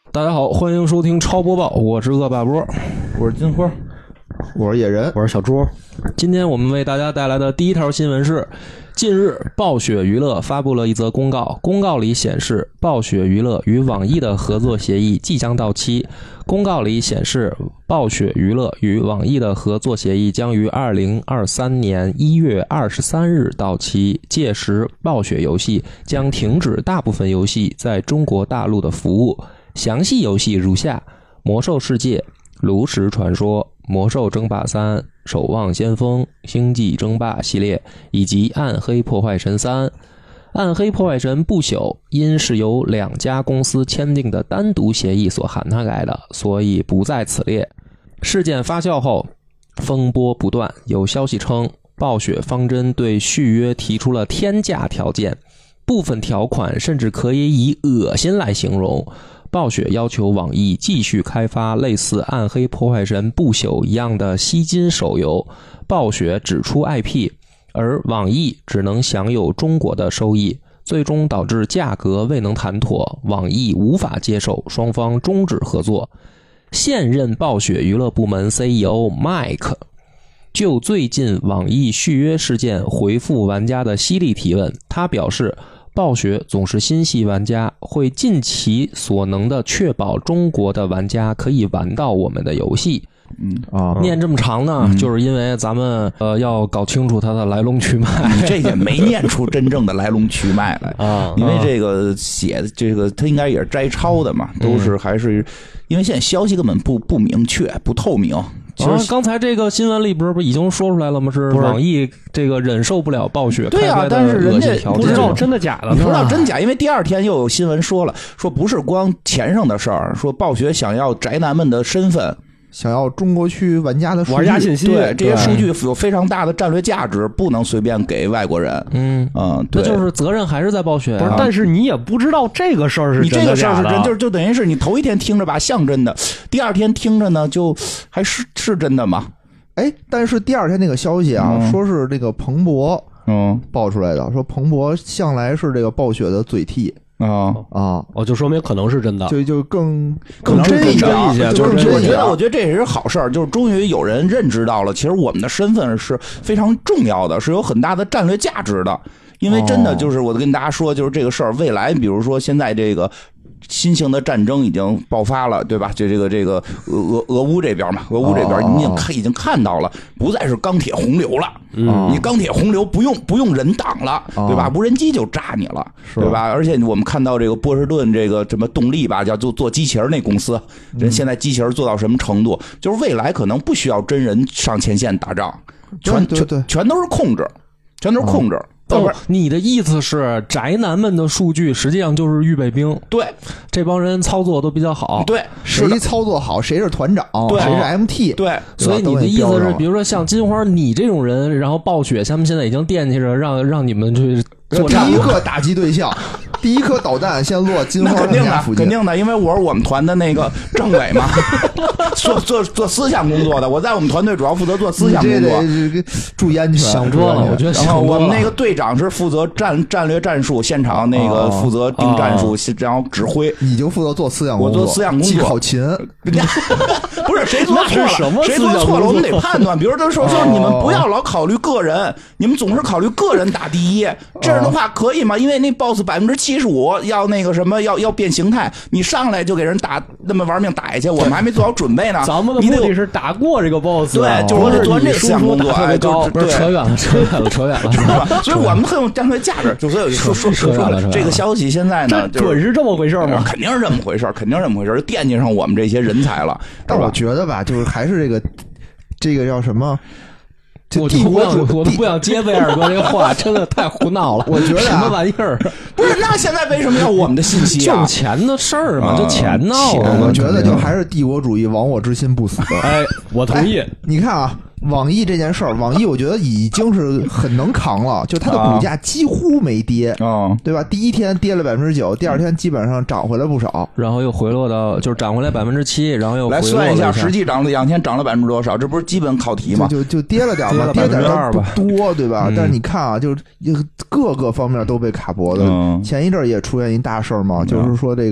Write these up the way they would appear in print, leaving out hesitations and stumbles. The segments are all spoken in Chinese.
大家好，欢迎收听超播报，我是恶霸波， 我是金花， 我是野人， 我是小猪。 今天我们为大家带来的第一条新闻是，近日暴雪娱乐发布了一则公告，公告里显示暴雪娱乐与网易的合作协议即将到期。公告里显示，暴雪娱乐与网易的合作协议将于2023年1月23日到期，届时暴雪游戏将停止大部分游戏在中国大陆的服务。详细游戏如下：魔兽世界、炉石传说、魔兽争霸3、守望先锋、星际争霸系列以及暗黑破坏神3。暗黑破坏神不朽因是由2家公司签订的单独协议所涵盖的，所以不在此列。事件发酵后风波不断，有消息称暴雪方针对续约提出了天价条件，部分条款甚至可以以恶心来形容。暴雪要求网易继续开发类似暗黑破坏神不朽一样的吸金手游，暴雪只出 IP， 而网易只能享有中国的收益，最终导致价格未能谈妥，网易无法接受，双方终止合作。现任暴雪娱乐部门 CEO Mike 就最近网易续约事件回复玩家的犀利提问，他表示暴雪总是心系玩家，会尽其所能的确保中国的玩家可以玩到我们的游戏。念这么长呢，就是因为咱们要搞清楚它的来龙去脉。 你这也没念出真正的来龙去脉来啊！因为这个写的这个，它应该也是摘抄的嘛，都是还是因为现在消息根本不明确、不透明。其实刚才这个新闻里不是已经说出来了吗？是网易这个忍受不了暴雪对啊，但是人家不知道真的假的， 不知道真假，因为第二天又有新闻说了，说不是光钱上的事儿，说暴雪想要宅男们的身份。 想要中国区玩家的数据玩家信息， 对这些数据有非常大的战略价值，不能随便给外国人。 对，那就是责任还是在暴雪不是，但是你也不知道这个事儿是真的假的。 你这个事儿是真，就等于是你头一天听着吧像真的，第二天听着呢就还是真的嘛。 哎，但是第二天那个消息啊，说是这个彭博爆出来的，说彭博向来是这个暴雪的嘴替。 就说明可能是真的， 就更真一些， 就是我觉得这也是好事儿，就是终于有人认知到了，其实我们的身份是非常重要的，是有很大的战略价值的。因为真的就是我跟大家说，就是这个事儿，未来比如说现在这个新型的战争已经爆发了，对吧？这个俄乌这边嘛，俄乌这边你已经看到了，不再是钢铁洪流了。你钢铁洪流不用人挡了，对吧？无人机就炸你了，对吧？而且我们看到这个波士顿这个什么动力吧，叫做机器人那公司，人现在机器人做到什么程度？就是未来可能不需要真人上前线打仗，全都是控制，全都是控制。 你的意思是宅男们的数据实际上就是预备兵？ 对， 这帮人操作都比较好。 对， 谁操作好，谁是团长，谁是 MT。 对， 所以你的意思是，比如说像金花你这种人，然后暴雪他们现在已经惦记着让你们去作战。 第一个打击对象，第一颗导弹先落金花他家附近。 肯定的，因为我是我们团的那个政委嘛，做思想工作的。我在我们团队主要负责做思想工作， 注意安全。 想多了，我觉得。 然后我们那个队长是负责战略战术，现场那个负责定战术，然后指挥。 你就负责做思想工作， 我做思想工作， 记考勤。 不是谁做错了，谁做错了我们得判断。比如说你们不要老考虑个人，你们总是考虑个人打第一，这样的话可以吗？因为那 boss 75%要那个什么要变形态，你上来就给人打那么玩命打下去，我们还没做好准备呢。 咱们的目的是打过这个 boss， 对，就是我得做完这个思想工作。 哎，不是扯远了，是吧？所以我们很有战略价值。就所以说这个消息现在呢， 准是这么回事吗？ 肯定是这么回事，就惦记上我们这些人才了。 但我觉得吧，就是还是这个叫什么？ 我都不想接威尔哥这个话，真的太胡闹了。 我觉得什么玩意儿？ 不是，那现在为什么要我们的信息啊？ 挣钱的事儿嘛，就钱闹的。 我觉得就还是帝国主义亡我之心不死。 哎，我同意。 你看啊，网易这件事儿，网易我觉得已经是很能扛了，就它的股价几乎没跌，对吧？第一天跌了9%，第二天基本上涨回来不少， 然后又回落到就是涨回来7%，然后又回落来算一下，实际涨了2天，涨了多少？这不是基本考题吗？ 就跌了点嘛，跌点不多，对吧？但是你看啊，就是各个方面都被卡脖子。前一阵也出现一大事嘛，就是说这个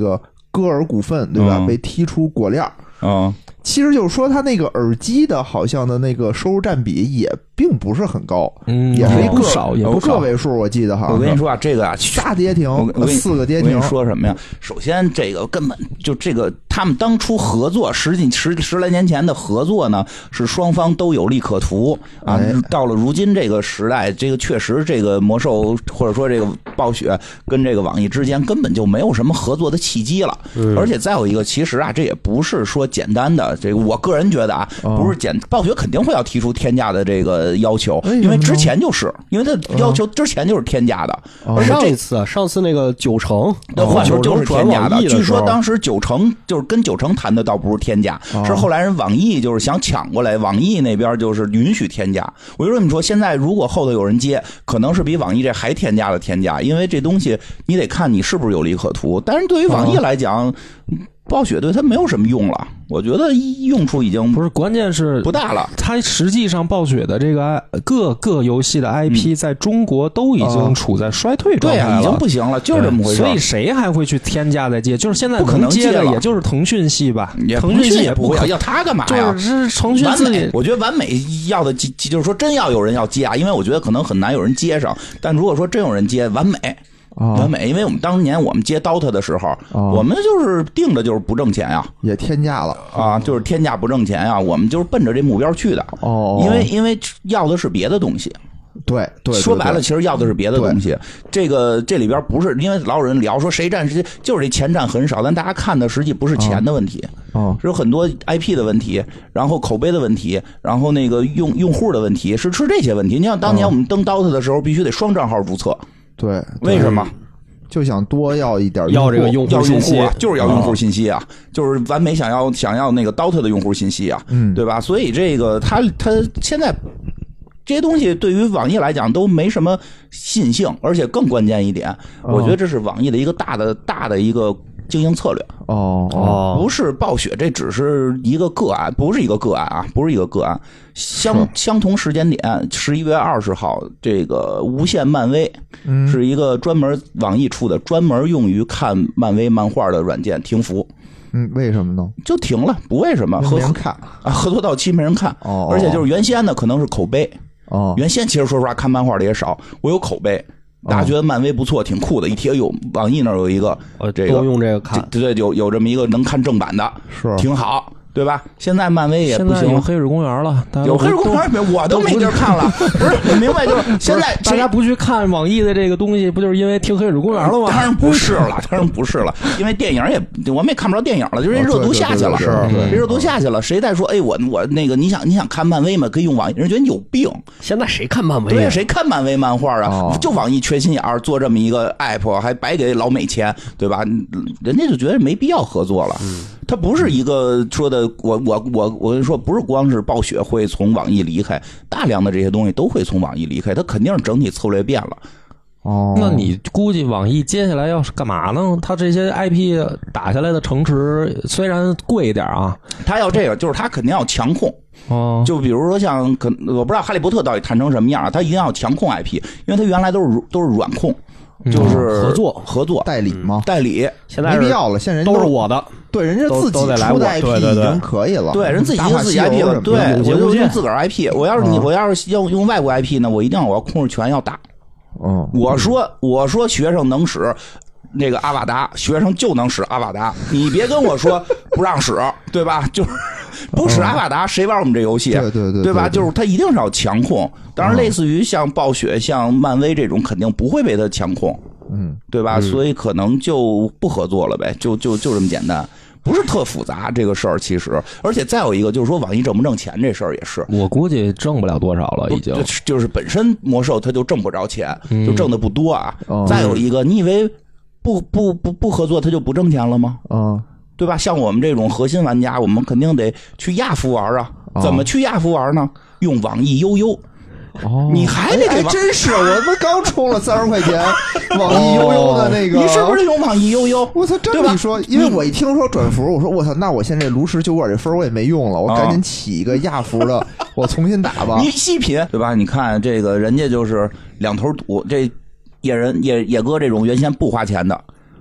戈尔股份，对吧？被踢出果链。其实就是说，他那个耳机的好像的那个收入占比也并不是很高，也是一个少，也不个位数，我记得好像。 我跟你说啊，这个啊仨跌停，4个跌停。 我跟你说什么呀？首先，这个根本就这个他们当初合作十来年前的合作呢，是双方都有利可图啊。到了如今这个时代，这个确实这个魔兽或者说这个暴雪跟这个网易之间根本就没有什么合作的契机了。而且再有一个，其实啊，这也不是说简单的。这个我个人觉得啊，不是暴雪肯定会要提出天价的这个要求，因为之前就是因为他要求之前就是天价的。而且上次那个90% 的换成就是天价的，据说当时90%就是跟90%谈的倒不是天价，是后来人网易就是想抢过来，网易那边就是允许天价。我就说你说现在如果后头有人接，可能是比网易这还天价的天价，因为这东西你得看你是不是有利可图。但是对于网易来讲，暴雪对它没有什么用了，我觉得用处已经不是，关键是不大了。 它实际上暴雪的这个各个游戏的 IP 在中国都已经处在衰退状态了， 对啊，已经不行了，就是这么回事。 所以谁还会去添加再接？就是现在不可能接的，也就是腾讯系吧？腾讯系也不会要他干嘛呀？ 就是腾讯自己， 我觉得完美要的就是说真要有人要接啊，因为我觉得可能很难有人接上。但如果说真有人接，完美。完美，因为我们当年我们接 DOTA 的时候，我们就是定的就是不挣钱呀， 也天价了啊，就是天价不挣钱呀，我们就是奔着这目标去的。因为要的是别的东西。 对， 说白了，其实要的是别的东西。这里边不是因为老有人聊说谁占谁，就是这钱占很少，但大家看的实际不是钱的问题，是有很多 IP 的问题，然后口碑的问题，然后那个用户的问题，是这些问题。你像当年我们登 DOTA 的时候，必须得双账号注册。 对， 为什么？ 就想多要一点要这个用户信息啊，就是要用户信息啊，就是完美想要那个 DOTA 的用户信息啊，对吧？所以这个他现在这些东西对于网易来讲都没什么信性，而且更关键一点，我觉得这是网易的一个大的一个经营策略。不是暴雪，这只是一个个案，不是一个个案啊，不是一个个案。相同时间点，11月20号，这个无限漫威是一个专门网易出的，专门用于看漫威漫画的软件停服。 为什么呢？ 就停了，不为什么， 没人看啊，合作到期没人看。而且就是原先呢，可能是口碑。原先其实说实话看漫画的也少，我有口碑。大家觉得漫威不错，挺酷的。一提有网易那儿有一个，这个都用这个看， 对，有这么一个能看正版的， 是挺好，对吧？现在漫威也不行， 有黑水公园了， 有黑水公园，我都没地儿看了。不是，你明白？就是现在大家不去看网易的这个东西，不就是因为听黑水公园了吗？ 当然不是了，因为电影我们也看不着电影了，就是热度下去了，这热度下去了。谁再说，哎，我那个你想看漫威吗？可以用网易，人觉得你有病。 现在谁看漫威？ 对，谁看漫威漫画啊？就网易缺心眼儿做这么一个 app， 还白给老美钱，对吧？人家就觉得没必要合作了。他不是一个说的，我跟你说，不是光是暴雪会从网易离开，大量的这些东西都会从网易离开，它肯定是整体策略变了。 那你估计网易接下来要是干嘛呢？他这些 IP 打下来的城池虽然贵一点啊， 他要这个就是他肯定要强控。就比如说像我不知道哈利波特到底谈成什么样，他一定要强控 IP， 因为他原来都是软控。就是合作代理吗？ 代理现在没必要了，现在人都是我的， 对，人家自己出的 IP 已经可以了， 对，人自己自己 IP 了，对，我就用自个儿 IP。我要是用外国 IP 呢，我一定我要控制权要大。我说学生能使那个阿瓦达，学生就能使阿瓦达，你别跟我说不让使，对吧？就是不使阿瓦达，谁玩我们这游戏？对吧？就是他一定是要强控。当然，类似于像暴雪、像漫威这种，肯定不会被他强控，对吧？所以可能就不合作了呗，就这么简单。不是特复杂这个事儿，其实，而且再有一个就是说，网易挣不挣钱这事儿也是， 我估计挣不了多少了，已经就是本身魔兽它就挣不着钱，就挣的不多啊。再有一个，你以为不合作它就不挣钱了吗？对吧？像我们这种核心玩家，我们肯定得去亚服玩啊。怎么去亚服玩呢？用网易悠悠。你还得给真是，我们刚充了30块钱网易悠悠的那个， 你是不是用网易悠悠？ 我操，这么一说，因为我一听说转服，我说我操，那我现在炉石酒馆这分我也没用了，我赶紧起一个亚服的，我重新打吧。 你细品对吧？你看这个人家就是两头堵，这野哥这种原先不花钱的。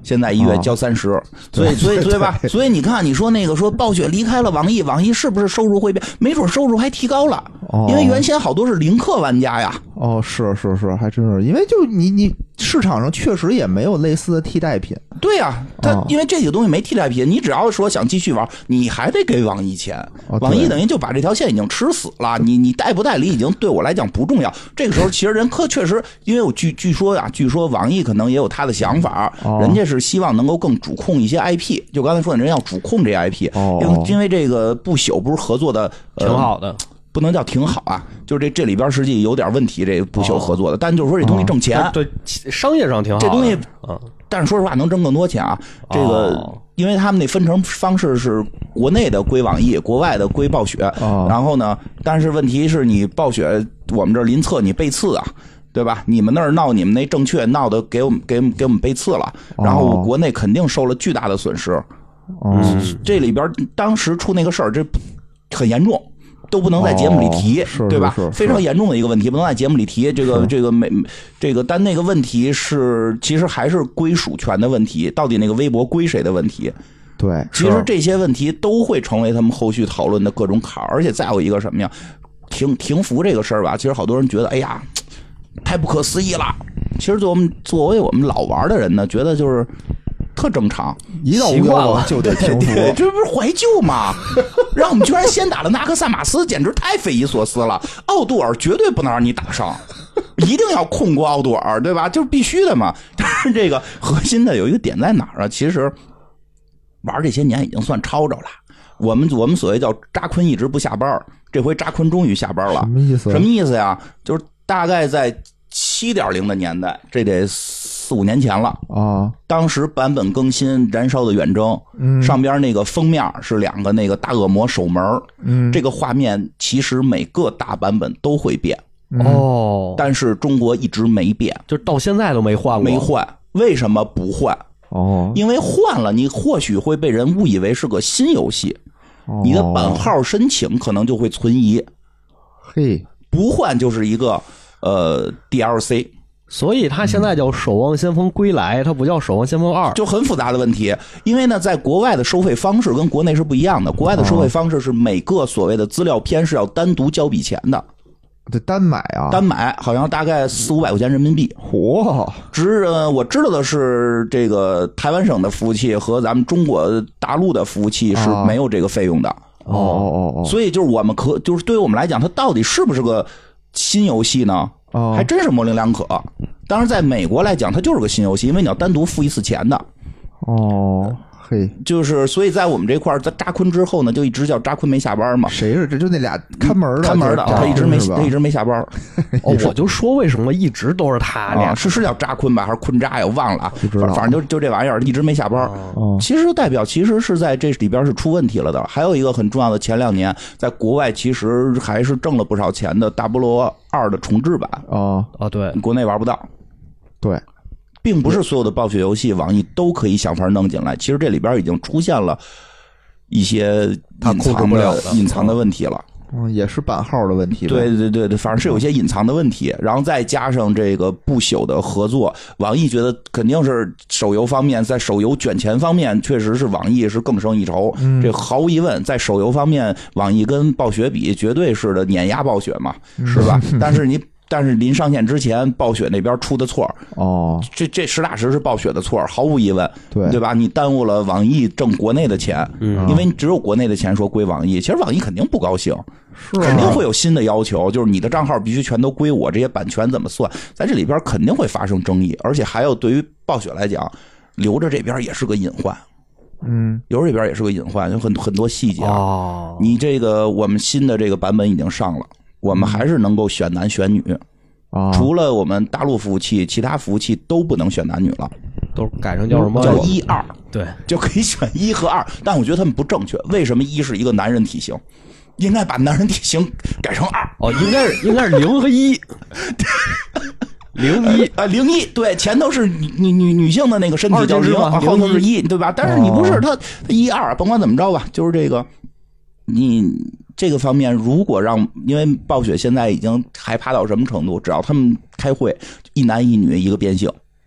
现在1月交30，所以对吧？所以你看，你说那个说暴雪离开了网易，网易是不是收入会变？没准收入还提高了，因为原先好多是零氪玩家呀。 是，还真是，因为就你市场上确实也没有类似的替代品。 对呀，因为这几个东西没替代品，你只要说想继续玩，你还得给网易钱。网易等于就把这条线已经吃死了，你代不代理已经对我来讲不重要。这个时候其实人确实，因为我据说网易可能也有他的想法，人家是希望能够更主控一些 IP。就刚才说的人要主控这些 IP，因为这个不朽不是合作的挺好的。 不能叫挺好啊，就是这里边实际有点问题，这个不朽合作的，但就是说这东西挣钱， 对，商业上挺好的。 这东西，但是说实话能挣更多钱啊。这个，因为他们那分成方式是国内的归网易，国外的归暴雪。然后呢，但是问题是你暴雪，我们这临测你背刺啊。对吧？你们那儿闹你们那正确闹的给我们背刺了，然后国内肯定受了巨大的损失。这里边当时出那个事儿，这很严重。都不能在节目里提，对吧？非常严重的一个问题，不能在节目里提。这个，但那个问题是，其实还是归属权的问题，到底那个微博归谁的问题？ 对， 其实这些问题都会成为他们后续讨论的各种坎儿。而且再有一个什么呀？停服这个事儿吧，其实好多人觉得，哎呀，太不可思议了。其实作为我们老玩的人呢，觉得就是特正常， 一到无忧就得停服， 这不是怀旧吗？让我们居然先打了纳克萨马斯，简直太匪夷所思了。奥杜尔绝对不能让你打上，一定要控过奥杜尔，对吧？就是必须的嘛。但是这个核心的有一个点在哪儿啊？其实玩这些年已经算抄着了。我们所谓叫扎坤一直不下班，这回扎坤终于下班了。 什么意思？ 什么意思呀？就是大概在7.0的年代，这得4、5年前了啊！ 当时版本更新《燃烧的远征》，上边那个封面是2个那个大恶魔守门，这个画面其实每个大版本都会变但是中国一直没变， 就到现在都没换过。 没换，为什么不换？因为换了，你或许会被人误以为是个新游戏，你的版号申请可能就会存疑。 嘿， 不换就是一个DLC。 所以它现在叫《守望先锋归来》，它不叫《守望先锋2》， 就很复杂的问题。因为呢，在国外的收费方式跟国内是不一样的。国外的收费方式是每个所谓的资料片是要单独交笔钱的， 得单买啊， 单买好像大概400-500块钱人民币。 嚯！ 我知道的是，这个台湾省的服务器和咱们中国大陆的服务器是没有这个费用的。所以就是就是对于我们来讲，它到底是不是个新游戏呢？还真是模棱两可。当然，在美国来讲，它就是个新游戏，因为你要单独付1次钱的。 嘿， 就是所以在我们这块在扎坤之后呢，就一直叫扎坤没下班嘛。 谁是这？就那俩看门的， 他一直没下班。 我就说为什么一直都是他俩？ 是叫扎坤吧，还是坤扎呀？我忘了， 不知道。 反正就这玩意儿一直没下班。其实代表其实是在这里边是出问题了的。还有一个很重要的，前2年在国外其实还是挣了不少钱的《大菠萝2》的重制版。 对， 国内玩不到。 对。 并不是所有的暴雪游戏网易都可以想法弄进来，其实这里边已经出现了一些隐藏的问题了。 也是版号的问题。 对，反正是有一些隐藏的问题。然后再加上这个不朽的合作，网易觉得肯定是手游方面，在手游卷钱方面，确实是网易是更胜一筹。这毫无疑问，在手游方面，网易跟暴雪比，绝对是的碾压暴雪嘛，是吧？但是临上线之前，暴雪那边出的错这实打实是暴雪的错，毫无疑问，对吧？你耽误了网易挣国内的钱，因为只有国内的钱说归网易，其实网易肯定不高兴，肯定会有新的要求，就是你的账号必须全都归我，这些版权怎么算，在这里边肯定会发生争议，而且还有对于暴雪来讲，留着这边也是个隐患。留着这边也是个隐患，有很多细节你这个我们新的这个版本已经上了。我们还是能够选男选女除了我们大陆服务器，其他服务器都不能选男女了， 都改成叫什么？ 叫1、2， 对， 就可以选1和2。但我觉得他们不正确。为什么1是一个男人体型？应该把男人体型改成2。 应该是0和1。 01对，前头是女性的那个身体叫0，后头是1，对吧？但是你不是他1、2，甭管怎么着吧，就是这个你。这个方面，如果因为暴雪现在已经害怕到什么程度，只要他们开会，一男一女一个变性，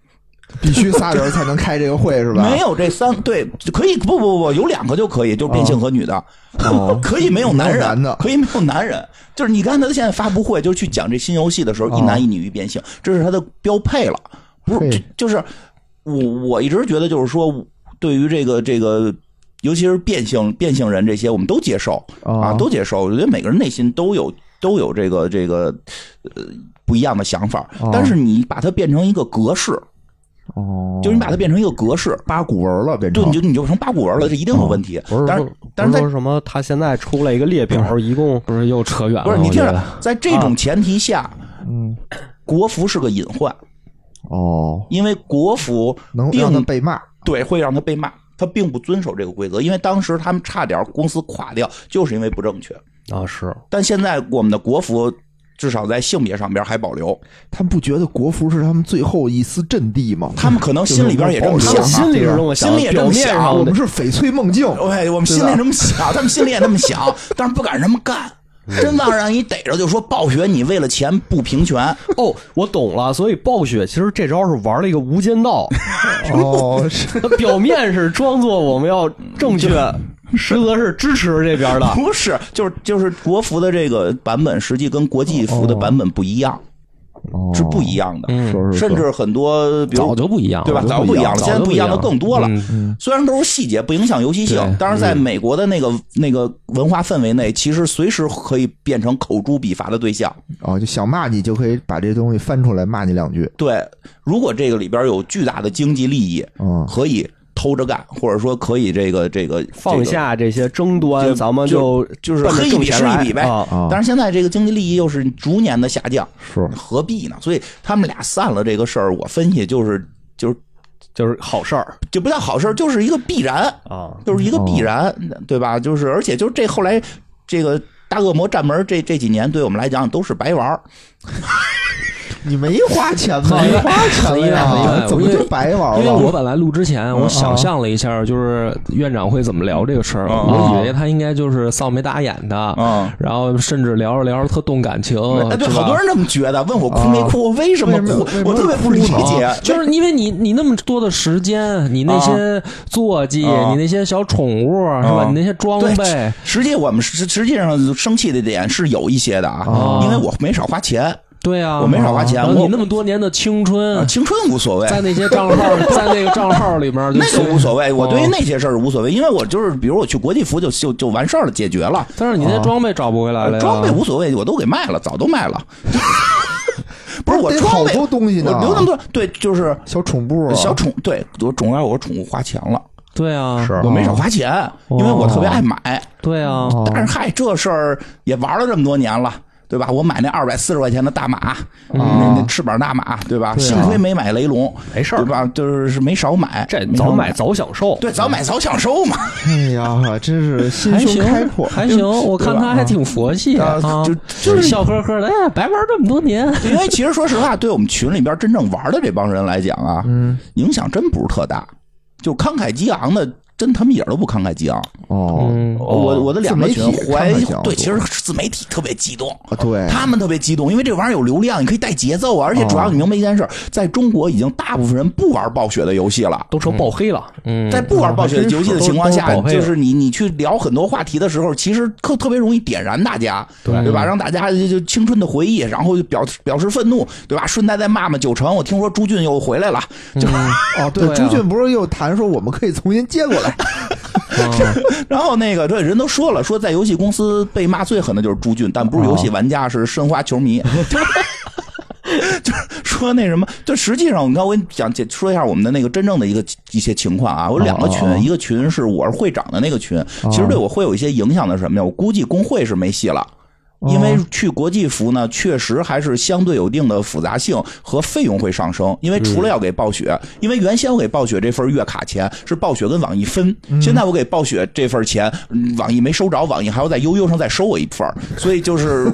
必须仨人才能开这个会是吧？ 没有这三对可以不有2个就可以，就是变性和女的，可以没有男人的，可以没有男人。就是你看他现在发布会，就是去讲这新游戏的时候，一男一女变性，这是他的标配了。不是，就是我一直觉得，就是说，对于这个，尤其是变性人这些，我们都接受啊，都接受。我觉得每个人内心都有这个不一样的想法，但是你把它变成一个格式。就是你把它变成一个格式， 八股文了，变成对，你就成八股文了，这一定有问题。但是说什么？他现在出了一个列表，一共不是又扯远了？ 不是，你听着，在这种前提下，国服是个隐患。因为国服能让他被骂， 对，会让他被骂。他并不遵守这个规则，因为当时他们差点公司垮掉，就是因为不正确啊。是， 但现在我们的国服。至少在性别上边还保留， 他们不觉得国服是他们最后一丝阵地吗？ 他们可能心里边也这么想， 心里是这么想， 心里也这么想。 我们是翡翠梦境， 对，我们心里这么想，他们心里也这么想，但是不敢这么干。真往让你逮着就说暴雪，你为了钱不平权。 哦，我懂了，所以暴雪其实这招是玩了一个无间道。他表面是装作我们要正确。实则是支持这边的， 不是，就是国服的这个版本，实际跟国际服的版本不一样，是不一样的，甚至很多比如早就不一样， 对吧？早不一样了，现在不一样的更多了。虽然都是细节，不影响游戏性，但是在美国的那个文化氛围内，其实随时可以变成口诛笔伐的对象。 就想骂你就可以把这东西翻出来骂你2句。 对，如果这个里边有巨大的经济利益，可以。偷着干，或者说可以这个放下这些争端，咱们就是黑一笔是一笔呗。但是现在这个经济利益又是逐年的下降， 是何必呢？所以他们俩散了这个事儿，我分析就是好事儿， 就不叫好事儿，就是一个必然啊，就是一个必然，对吧？就是而且就是这后来这个大恶魔战门这几年对我们来讲都是白玩。 你没花钱吗？没花钱呀，怎么就白玩了？ 因为我本来录之前，我想象了一下，就是院长会怎么聊这个事儿。我以为他应该就是臊眉打眼的，然后甚至聊着聊着特动感情。 对，好多人这么觉得，问我哭没哭？我为什么哭？我特别不理解， 就是因为你那么多的时间，你那些坐骑，你那些小宠物是吧？你那些装备， 实际我们实际上生气的点是有一些的啊，因为我没少花钱。 对啊， 我没少花钱。 你那么多年的青春， 青春无所谓， 在那些账号，在那个账号里面， 那个无所谓。我对于那些事儿无所谓，因为我就是，比如我去国际服就完事儿了，解决了。 但是你那装备找不回来了， 装备无所谓，我都给卖了，早都卖了。不是我好多东西呢， 留那么多，对，就是小宠物， 对，我总要我宠物花钱了。 对啊， 我没少花钱，因为我特别爱买。 对啊， 但是嗨，这事儿也玩了这么多年了。对吧？我买那240块钱的大马，那翅膀大马，对吧？幸亏没买雷龙， 没事儿， 对吧？就是没少买， 这早买早享受， 对，早买早享受嘛。 哎呀，真是心胸开阔， 还行。我看他还挺佛系啊，就是笑呵呵的，哎，白玩这么多年。 因为其实说实话，对我们群里边真正玩的这帮人来讲啊，影响真不是特大，就慷慨激昂的。真他们一点都不慷慨激昂我的2个群对，其实自媒体特别激动， 对， 他们特别激动，因为这玩意儿有流量，你可以带节奏，而且主要你明白一件事，在中国已经大部分人不玩暴雪的游戏了， 都成爆黑了。 在不玩暴雪的游戏的情况下，就是你去聊很多话题的时候，其实特别容易点燃大家，对吧？让大家就青春的回忆，然后就表示愤怒，对吧？顺带再骂9成，我听说朱俊又回来了， 对，朱俊不是又谈说我们可以重新接过来。 然后那个对人都说了，说在游戏公司被骂最狠的就是朱俊，但不是游戏玩家，是申花球迷。就是说那什么，就实际上，你看我想说一下我们的那个真正的一些情况啊。我2个群，一个群是我是会长的那个群，其实对我会有一些影响的是什么呀？我估计工会是没戏了。因为去国际服呢，确实还是相对有一定的复杂性和费用会上升。因为除了要给暴雪，因为原先我给暴雪这份月卡钱是暴雪跟网易分，现在我给暴雪这份钱，网易没收着，网易还要在悠悠上再收我一份，所以就是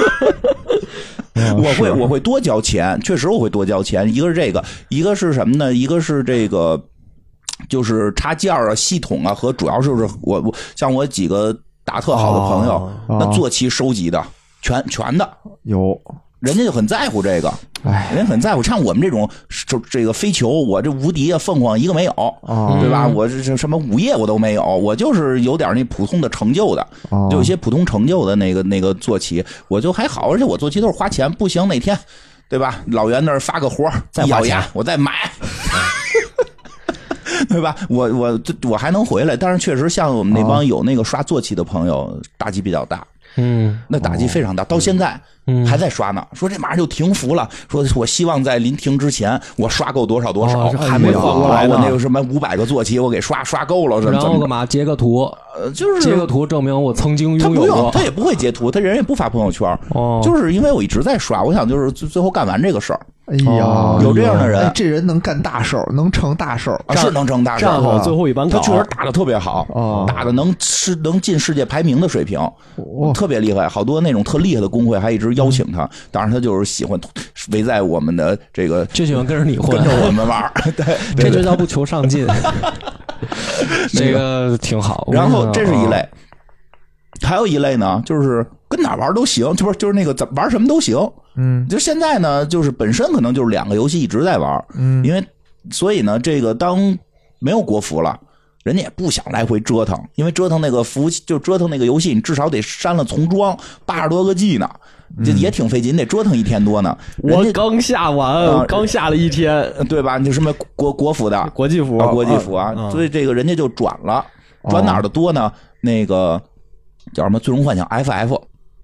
我会多交钱，确实我会多交钱。一个是这个，一个是什么呢？一个是这个就是插件啊、系统啊，和主要就是我像我几个打特好的朋友，那做期收集的全的有， 人家就很在乎这个。人家很在乎，像我们这种这个飞球，我这无敌啊，凤凰一个没有，对吧？我这什么午夜我都没有，我就是有点那普通的成就的，就有些普通成就的那个坐骑，我就还好，而且我坐骑都是花钱，不行哪天，对吧？老袁那儿发个活再咬牙，我再买。对吧？我还能回来，但是确实像我们那帮有那个刷坐骑的朋友，打击比较大。那打击非常大，到现在还在刷呢。说这马上就停服了，说我希望在临停之前我刷够多少， 还没缓过来呢。 我那个什么500个坐骑，我给刷够了， 然后干嘛截个图？ 就是截个图证明我曾经拥有过。 他也不会截图，他人也不发朋友圈。就是因为我一直在刷，我想就是最后干完这个事儿。 哎呀， 有这样的人， 这人能干大事儿，能成大事儿， 是能成大事儿。 站好最后一班， 他确实打得特别好，打的能进世界排名的水平，特别厉害。好多那种特厉害的工会还一直邀请他，当然他就是喜欢围在我们的这个， 就喜欢跟着你混， 跟着我们玩。对， 这就叫不求上进。这个挺好。 然后这是一类，还有一类呢，就是跟哪玩都行，就是那个玩什么都行。就现在呢，就是本身可能就是2个游戏一直在玩，因为所以呢，这个当没有国服了，人家也不想来回折腾，因为折腾那个服务器，就折腾那个游戏，你至少得删了重装80多个 G 呢，这也挺费劲，你得折腾1天多呢。 我刚下完，刚下了1天， 对吧？你什么国服的国际服啊，所以这个人家就转了，转哪儿的多呢？那个叫什么《最终幻想 FF》。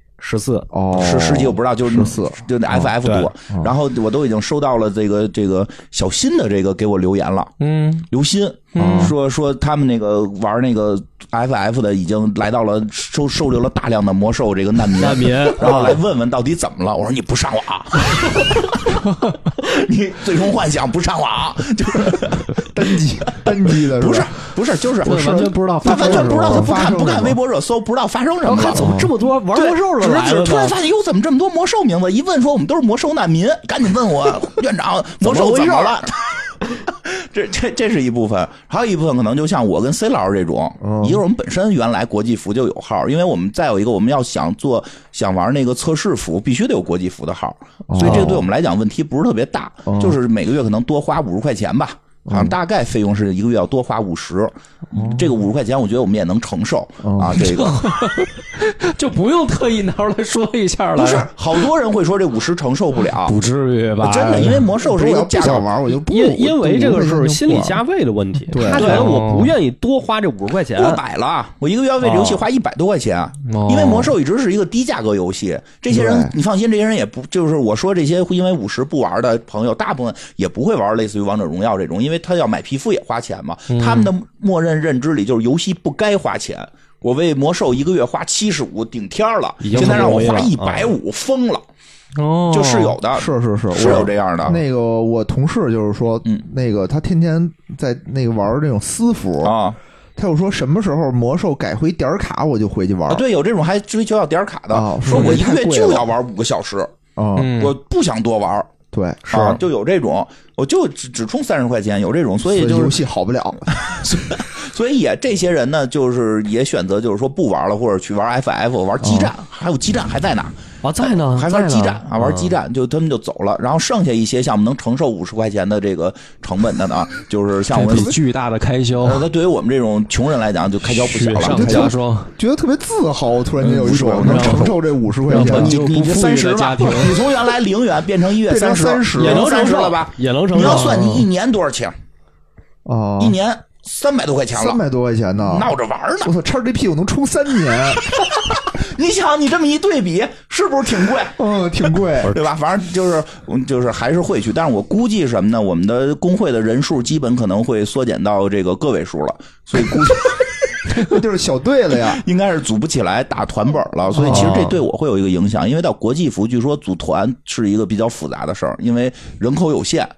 14 10级我不知道，就是 14， 就那 FF 多。然后我都已经收到了这个小新的这个给我留言了，刘鑫说他们那个玩那个 FF 的已经来到了收留了大量的魔兽这个难民，然后来问问到底怎么了。我说你不上网，你最终幻想不上网，就是单机的， 不是，就是完全不知道， 他完全不知道，他不看微博热搜，不知道发生什么了。 怎么这么多玩魔兽的来了？ 突然发现怎么这么多魔兽名字？一问说我们都是魔兽难民，赶紧问我院长魔兽怎么了？这是一部分，还有一部分可能就像我跟 C 老师这种，一个我们本身原来国际服就有号，因为我们再有一个我们要想玩那个测试服，必须得有国际服的号，所以这个对我们来讲问题不是特别大，就是每个月可能多花50块钱吧。好像大概费用是1个月要多花50，这个50块钱我觉得我们也能承受啊。这个就不用特意拿出来说一下了。 不是，好多人会说这50承受不了， 不至于吧？ 真的，因为魔兽是一个价格玩，我就不因为这个是心理价位的问题。他觉得我不愿意多花这50块钱， 过百了，我1个月要为这游戏花100多块钱，因为魔兽一直是一个低价格游戏。这些人你放心，这些人也不就是我说这些因为50不玩的朋友，大部分也不会玩类似于王者荣耀这种，因为他要买皮肤也花钱嘛。他们的默认认知里就是游戏不该花钱。我为魔兽1个月花75顶天了，现在让我花150，疯了。就是有的， 是有这样的。 那个我同事就是说，那个他天天在那个玩那种私服啊。他又说什么时候魔兽改回点卡我就回去玩。 对，有这种还追求要点卡的，说我1个月就要玩5个小时，我不想多玩。 对，是就有这种，我就只充30块钱，有这种，所以就是游戏好不了。 所以这些人呢，就是也选择就是说不玩了，或者去玩 FF， 玩激战，还有激战还在哪？ 在呢， 还玩激战啊，玩激战，就他们就走了。然后剩下一些像我们能承受50块钱的这个成本的呢，就是像我们巨大的开销。 那对于我们这种穷人来讲，就开销不小了。 觉得特别自豪，突然间有一种能承受这50块钱。 你这30吧，你从原来0元变成1月30， 也能承受了吧？ 也能承受。 你要算你1年多少钱？1年300多块钱了 ，300多块钱呢， 闹着玩呢。 我操，XGP 我能充3年。 你想，你这么一对比，是不是挺贵？ 挺贵， 对吧？反正就是还是会去，但是我估计什么呢？我们的工会的人数基本可能会缩减到这个个位数了，所以估计那就是小队了呀， 应该是组不起来打团本了。所以其实这对我会有一个影响，因为到国际服，据说组团是一个比较复杂的事儿，因为人口有限。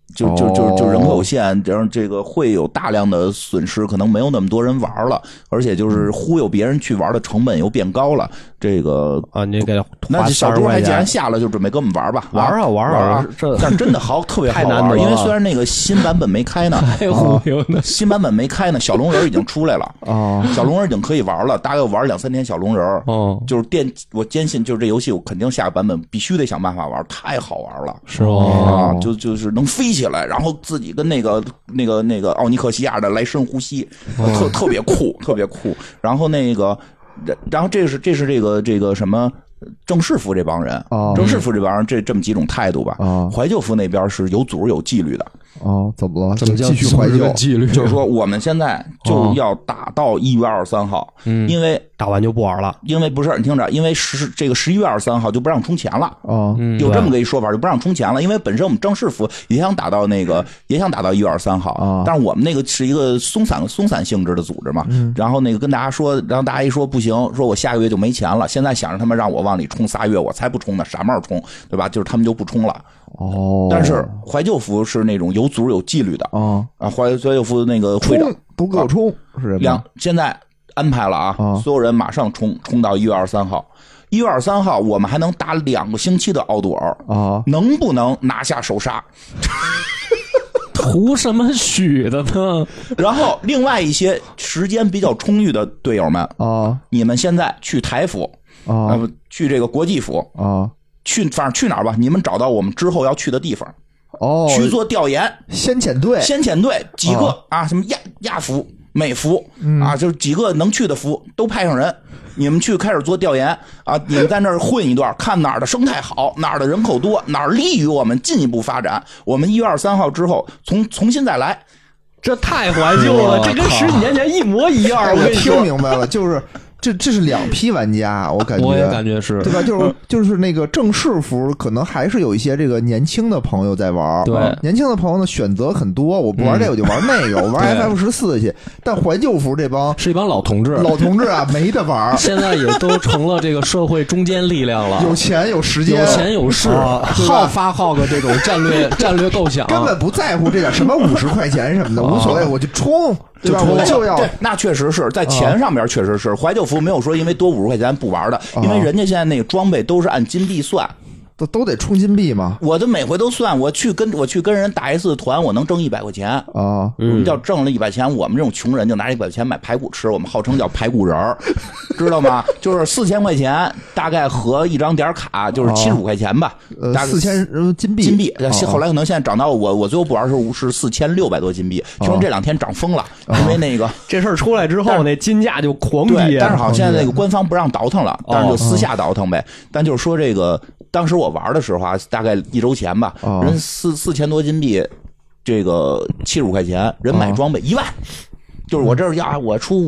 就人口有限，然后这个会有大量的损失，可能没有那么多人玩了，而且就是忽悠别人去玩的成本又变高了。这个啊，你给那小猪还既然下了，就准备跟我们玩吧， 玩啊！这但真的特别好玩，因为虽然那个新版本没开呢，新版本没开呢，小龙人已经出来了啊，小龙人已经可以玩了，大概玩2-3天小龙人哦，就是我坚信就是这游戏我肯定下个版本必须得想办法玩，太好玩了， 是吗？ 就是能飞起来，然后自己跟那个奥尼克西亚的来深呼吸，特别酷，特别酷。然后这是这个什么正式服这帮人，正式服这帮人这么几种态度吧。怀旧服那边是有组织有纪律的。 哦，怎么了？ 怎么继续怀旧纪律？ 就是说我们现在就要打到1月23号，因为打完就不玩了。 因为不是你听着，因为这个11月23号就不让充钱了。有这么个说法，就不让充钱了。因为本身我们正式服也想打到1月23号，但是我们那个是一个松散性质的组织嘛。然后跟大家说，然后大家一说不行，说我下个月就没钱了。现在想着他们让我往里充3月，我才不充呢，傻帽充，对吧？就是他们就不充了。但是怀旧服是那种有组有纪律的怀旧服那个会长不给我充是吧？ 现在安排了所有人马上冲到1月23号。1月23号我们还能打2个星期的奥杜尔能不能拿下首杀？ 图什么许的呢？ 然后另外一些时间比较充裕的队友们你们现在去台服去这个国际服反正去哪儿吧，你们找到我们之后要去的地方去做调研。先遣队几个什么亚服美服就是几个能去的服都派上人，你们去开始做调研你们在那儿混一段，看哪儿的生态好，哪儿的人口多，哪儿利于我们进一步发展。我们1月23号之后重新再来。 这太怀旧了，这跟10几年前一模一样。 我听明白了，就是这是2批玩家，我也感觉是， 对吧？就是那个正式服，可能还是有一些这个年轻的朋友在玩。 对， 年轻的朋友呢选择很多，我不玩这个我就玩那个，我玩 FF14去。但怀旧服这帮是一帮老同志没得玩。 现在也都成了这个社会中坚力量了， 有钱有时间， 有钱有势，好个这种战略构想， 根本不在乎这点什么50块钱什么的，无所谓，我就冲。对吧？我就要对，那确实是在钱上面确实是怀旧服没有说因为多50块钱不玩的，因为人家现在那个装备都是按金币算， 都得充金币嘛。 我就每回都算，我去跟人打一次团，我能挣100块钱我们要挣了100块钱，我们这种穷人就拿100块钱买排骨吃，我们号称叫排骨人儿，知道吗？就是4000块钱，大概合一张点卡就是75块钱吧 ，4000金币。 后来可能现在涨到我最后不玩是4600多金币，听说这2天涨疯了，因为那个这事儿出来之后，那金价就狂跌。 但是好像现在那个官方不让倒腾了，但是就私下倒腾呗。但就是说这个。当时我玩的时候大概1周前吧，人4000多金币，这个75块钱，人买装备1万，就是我这儿我出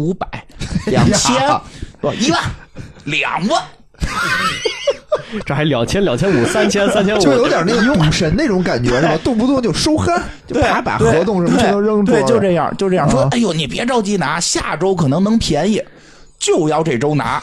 500、2000，是吧？1万、2万， 这还2000、2500、3000、3500， 就有点那个赌神那种感觉是吧？动不动就收hand，就啪把合同什么全都扔出来， 对，就这样说。哎呦，你别着急拿，下周可能能便宜，就要这周拿。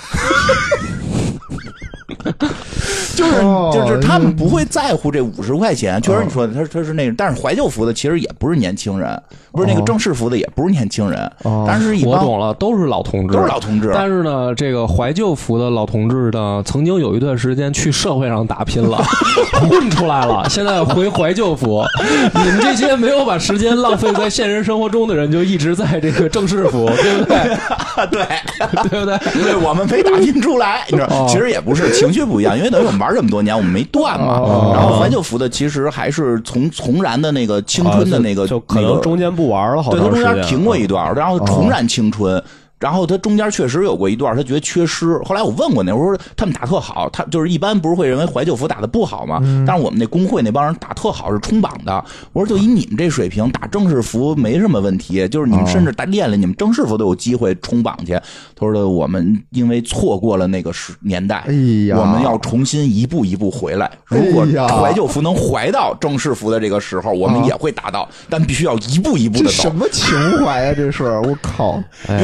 就是他们不会在乎这50块钱，确实你说的他是那个，但是怀旧服的其实也不是年轻人，不是那个正式服的也不是年轻人，但是我懂了，都是老同志，但是呢，这个怀旧服的老同志呢，曾经有一段时间去社会上打拼了，混出来了，现在回怀旧服。你们这些没有把时间浪费在现实生活中的人，就一直在这个正式服，对不对？对不对？ 对，我们没打拼出来，你知道，其实也不是情绪不一样，因为等于我们玩这么多年，我们没断嘛。然后怀旧服的其实还是重燃的那个青春的那个， 就可能中间不玩了，好长时间，对，他中间停过一段，然后重燃青春。然后他中间确实有过一段，他觉得缺失。后来我问过那，我说他们打特好，他就是一般不是会认为怀旧服打的不好吗？但是我们那工会那帮人打特好，是冲榜的。我说就以你们这水平打正式服没什么问题，就是你们甚至练了，你们正式服都有机会冲榜去。他说我们因为错过了那个年代，我们要重新一步一步回来。如果怀旧服能怀到正式服的这个时候，我们也会达到，但必须要一步一步的走。 什么情怀啊？这是我靠！ 因为巫妖王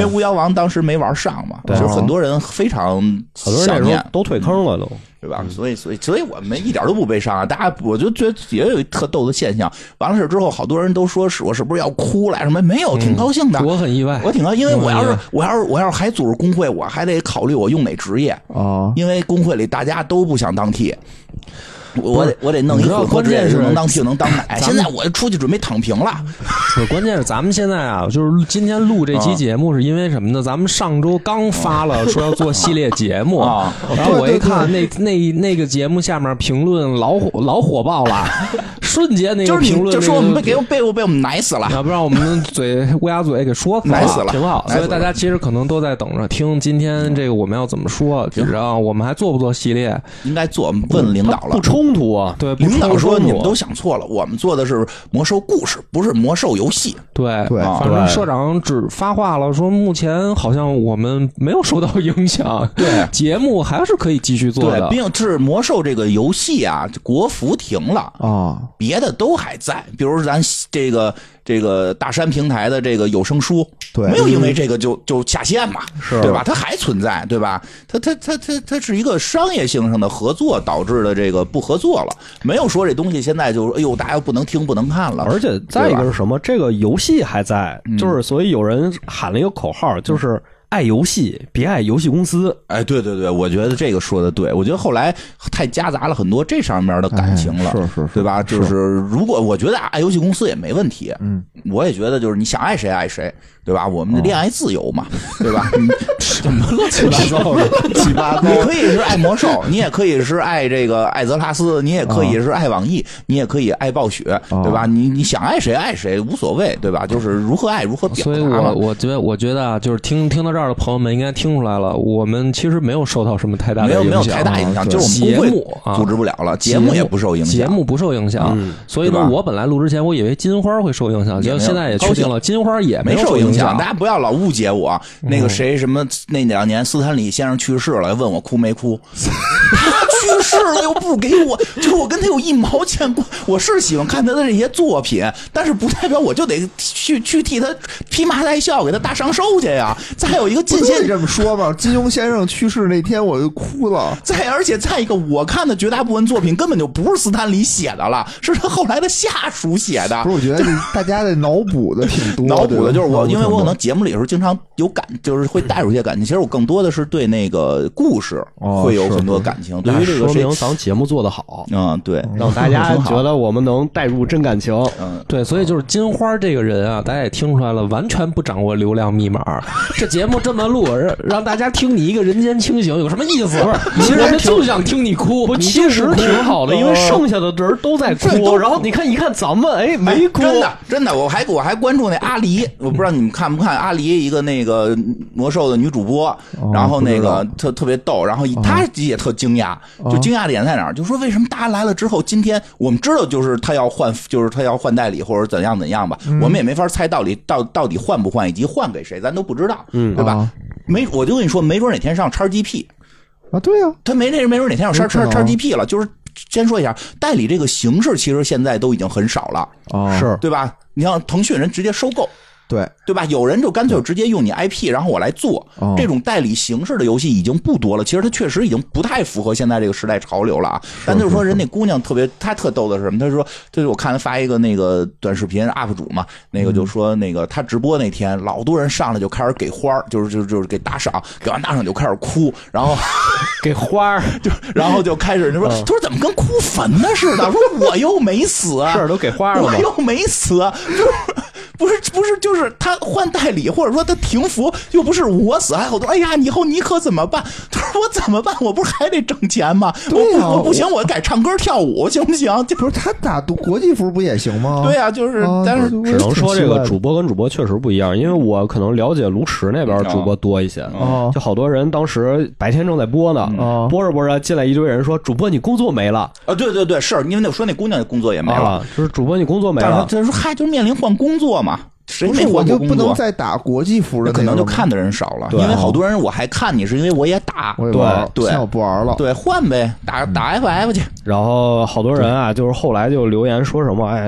王当时没玩上嘛，就是很多人非常想念， 都退坑了都。 对吧？所以我们一点都不悲伤啊！大家我就觉得也有一特逗的现象，完了事之后，好多人都说我是不是要哭来什么？没有，挺高兴的。 我很意外， 我挺高兴，因为我要是还组织工会，我还得考虑我用哪职业啊？因为工会里大家都不想当 T。我得弄一混合职业，能当 T 能当奶。现在我出去准备躺平了。 关键是咱们现在啊，就是今天录这期节目是因为什么呢？咱们上周刚发了说要做系列节目，然后我一看那个节目下面评论老火爆了，瞬间那个评论就说我们被我们奶死了， 要不然我们乌鸦嘴给说奶死了， 挺好。所以大家其实可能都在等着听今天这个我们要怎么说，然后我们还做不做系列？ 应该做，问领导了。 不冲突啊， 对， 领导说你们都想错了，我们做的是魔兽故事，不是魔兽游戏。 对，反正社长只发话了，说目前好像我们没有受到影响， 对， 节目还是可以继续做的。 并是魔兽这个游戏啊，国服停了啊，别的都还在，比如咱这个大山平台的这个有声书， 对， 没有因为这个就下线嘛， 是对吧？它还存在，对吧？它是一个商业性上的合作导致的这个不合作了，没有说这东西现在就哎呦大家不能听不能看了。 而且再一个是什么？这个游戏还在，就是所以有人喊了一个口号，就是爱游戏，别爱游戏公司。 哎，对，我觉得这个说的对。我觉得后来太夹杂了很多这上面的感情了， 是， 对吧？就是如果我觉得爱游戏公司也没问题，我也觉得就是你想爱谁爱谁，对吧？我们的恋爱自由嘛，对吧？怎么乱七八糟的？乱七八糟。你可以是爱魔兽，你也可以是爱这个艾泽拉斯，你也可以是爱网易，你也可以爱暴雪，对吧？你想爱谁爱谁无所谓，对吧？就是如何爱如何表达。 所以我觉得啊，就是听到这儿的朋友们应该听出来了，我们其实没有受到什么太大的影响， 没有太大影响，就是我们工会组织不了了，节目也不受影响， 节目不受影响。所以呢，我本来录之前我以为金花会受影响，结果现在也确定了，金花也没受影响。 大家不要老误解我，那个谁什么那2年斯坦李先生去世了，问我哭没哭？他去世了又不给我，就我跟他有1毛钱关。我是喜欢看他的这些作品，但是不代表我就得去替他披麻戴孝给他大上寿去呀。再有一个金先这么说吧，金庸先生去世那天我就哭了。 而且再一个，我看的绝大部分作品根本就不是斯坦李写的了，是他后来的下属写的。 不是，我觉得大家的脑补的挺多， 脑补的就是我，因为我可能节目里的时候经常有就是会带入一些感情。其实我更多的是对那个故事会有很多感情。对于这个说明咱节目做得好， 对， 让大家觉得我们能带入真感情。 对，所以就是金花这个人啊，大家也听出来了，完全不掌握流量密码。这节目这么录，让大家听你一个人间清醒，有什么意思？其实人家就想听你哭， 不，其实挺好的，因为剩下的人都在哭，然后你看一看咱们，哎，没哭。 真的，我还关注那阿狸，我不知道你们看不看阿狸，一个那个魔兽的女主播，然后那个特别逗，然后她也特惊讶，就惊讶点在哪儿？就说为什么大家来了之后，今天我们知道就是他要换代理或者怎样吧，我们也没法猜到底换不换以及换给谁，咱都不知道，对吧？我就跟你说，没准哪天上XGP 啊，对呀， 他没准哪天上XGP 了，就是先说一下，代理这个形式其实现在都已经很少了， 是对吧？你像腾讯人直接收购。对吧？有人就干脆直接用你 IP， 然后我来做这种代理形式的游戏已经不多了。其实它确实已经不太符合现在这个时代潮流了啊。但就是说，人那姑娘她特逗的是什么？她说，就是我看她发一个那个短视频 UP 主嘛，那个就说那个她直播那天，老多人上来就开始给花，就是给打赏，给完打赏就开始哭，然后给花然后就开始就说，她说怎么跟哭坟的似的？说我又没死， 是都给花了吗？ 我又没死，不是，就是他换代理，或者说他停服，又不是我死，还好多。哎呀，以后你可怎么办？他说我怎么办？我不是还得挣钱吗？ 对呀， 我不行，我改唱歌跳舞行不行？ 不是他打国际服不也行吗？ 对呀，就是，但是只能说这个主播跟主播确实不一样，因为我可能了解炉石那边主播多一些，就好多人当时白天正在播呢，播着进来一堆人说主播你工作没了啊？对，是因为那说那姑娘的工作也没了， 就是主播你工作没了， 他说嗨，就面临换工作嘛。谁没我就不能再打国际服了？ 可能就看的人少了，因为好多人我还看你是因为我也打，对， 现在我不玩了， 对，换呗，打 FF 去。 然后好多人啊，就是后来就留言说什么，哎。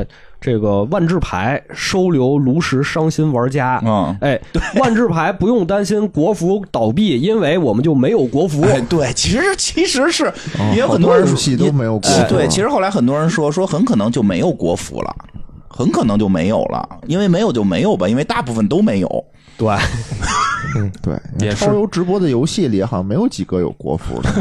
这个万智牌收留炉石伤心玩家。万智牌不用担心国服倒闭，因为我们就没有国服。 对，其实是也有很多人游戏都没有国服。 对，其实后来很多人说很可能就没有国服了，很可能就没有了，因为没有就没有吧，因为大部分都没有。 对， 对，超游直播的游戏里好像没有几个有国服的。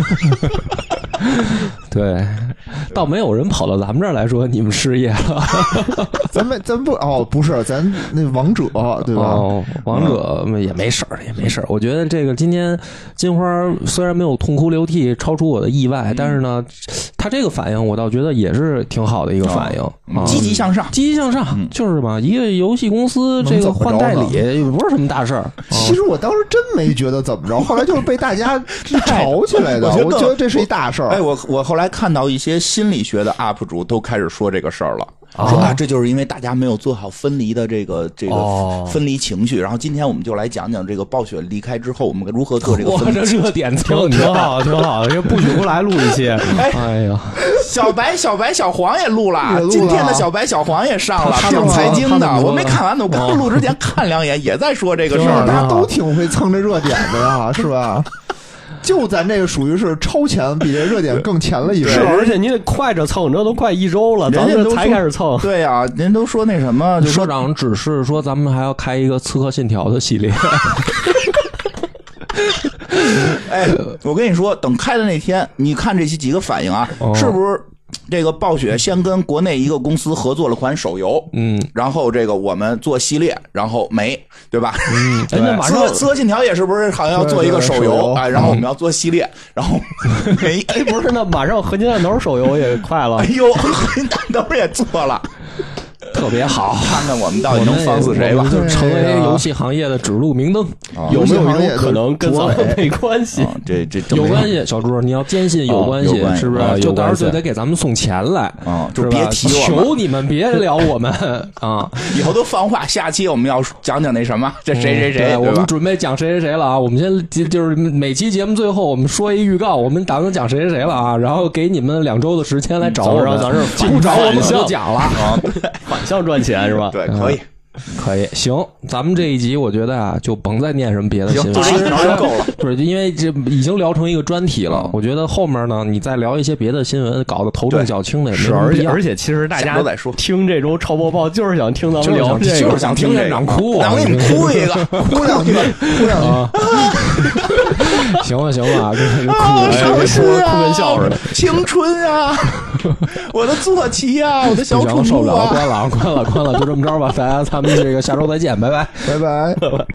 对，倒没有人跑到咱们这儿来说你们失业了。 咱不是咱那王者对吧？ 王者也没事儿，也没事儿。我觉得这个今天金花虽然没有痛哭流涕，超出我的意外，但是呢，他这个反应我倒觉得也是挺好的一个反应， 积极向上， 积极向上，就是嘛，一个游戏公司这个换代理也不是什么大事儿。 其实我当时真没觉得怎么着，后来就是被大家吵起来的。我觉得这是一大事儿。 我后来看到一些心理学的 UP 主都开始说这个事儿了。说这就是因为大家没有做好分离的这个分离情绪。然后今天我们就来讲讲这个暴雪离开之后，我们如何做这个分离。 这热点挺好，挺好。这不许不来录一期。 哎呀， 小白小黄也录了，今天的小白小黄也上了，讲财经的。我没看完呢，我刚录之前看两眼，也在说这个事儿。 大家都挺会蹭这热点的呀，是吧？就咱这个属于是超前，比这热点更前了一步。 是，而且你得快着蹭，这都快1周了，咱这才开始蹭。 对呀，人都说那什么， 社长指示说咱们还要开一个《刺客信条》的系列。 我跟你说，等开的那天，你看这几个反应啊，是不是？这个暴雪先跟国内一个公司合作了款手游，然后这个我们做系列，然后没，对吧？ 那马上刺客信条也是不是好像要做一个手游啊？然后我们要做系列，然后没， 不是，那马上合金弹头手游也快了。 哎呦，合金弹头也做了。 特别好， 看看我们到底能放死谁吧， 就成为游戏行业的指路明灯。 有没有一种可能跟咱们没关系？ 这有关系，小朱，你要坚信有关系，是不是？就到时候就得给咱们送钱来啊！就别提我们，求你们别聊我们啊！ 以后都放话，下期我们要讲讲那什么，这谁， 我们准备讲谁了啊！我们先就是每期节目最后我们说一预告，我们打算讲谁了啊！然后给你们2周的时间来找我们， 咱这不找我们就讲了啊！ 反向赚钱是吧？ 对，可以。 可以，行，咱们这一集我觉得啊，就甭再念什么别的新闻， 其实就够了。 不是，因为这已经聊成一个专题了。我觉得后面呢，你再聊一些别的新闻，搞得头重脚轻的也没什么必要。 而且其实大家听这周超播报，就是想听咱们聊这个， 就是想听院长哭， 我给你们哭一个， 哭两句。 行了，这哭跟笑似的。 青春啊，我的坐骑啊，我的小宠物啊， 受不了，关了，就这么着吧，大家咱们这个下周再见，拜拜。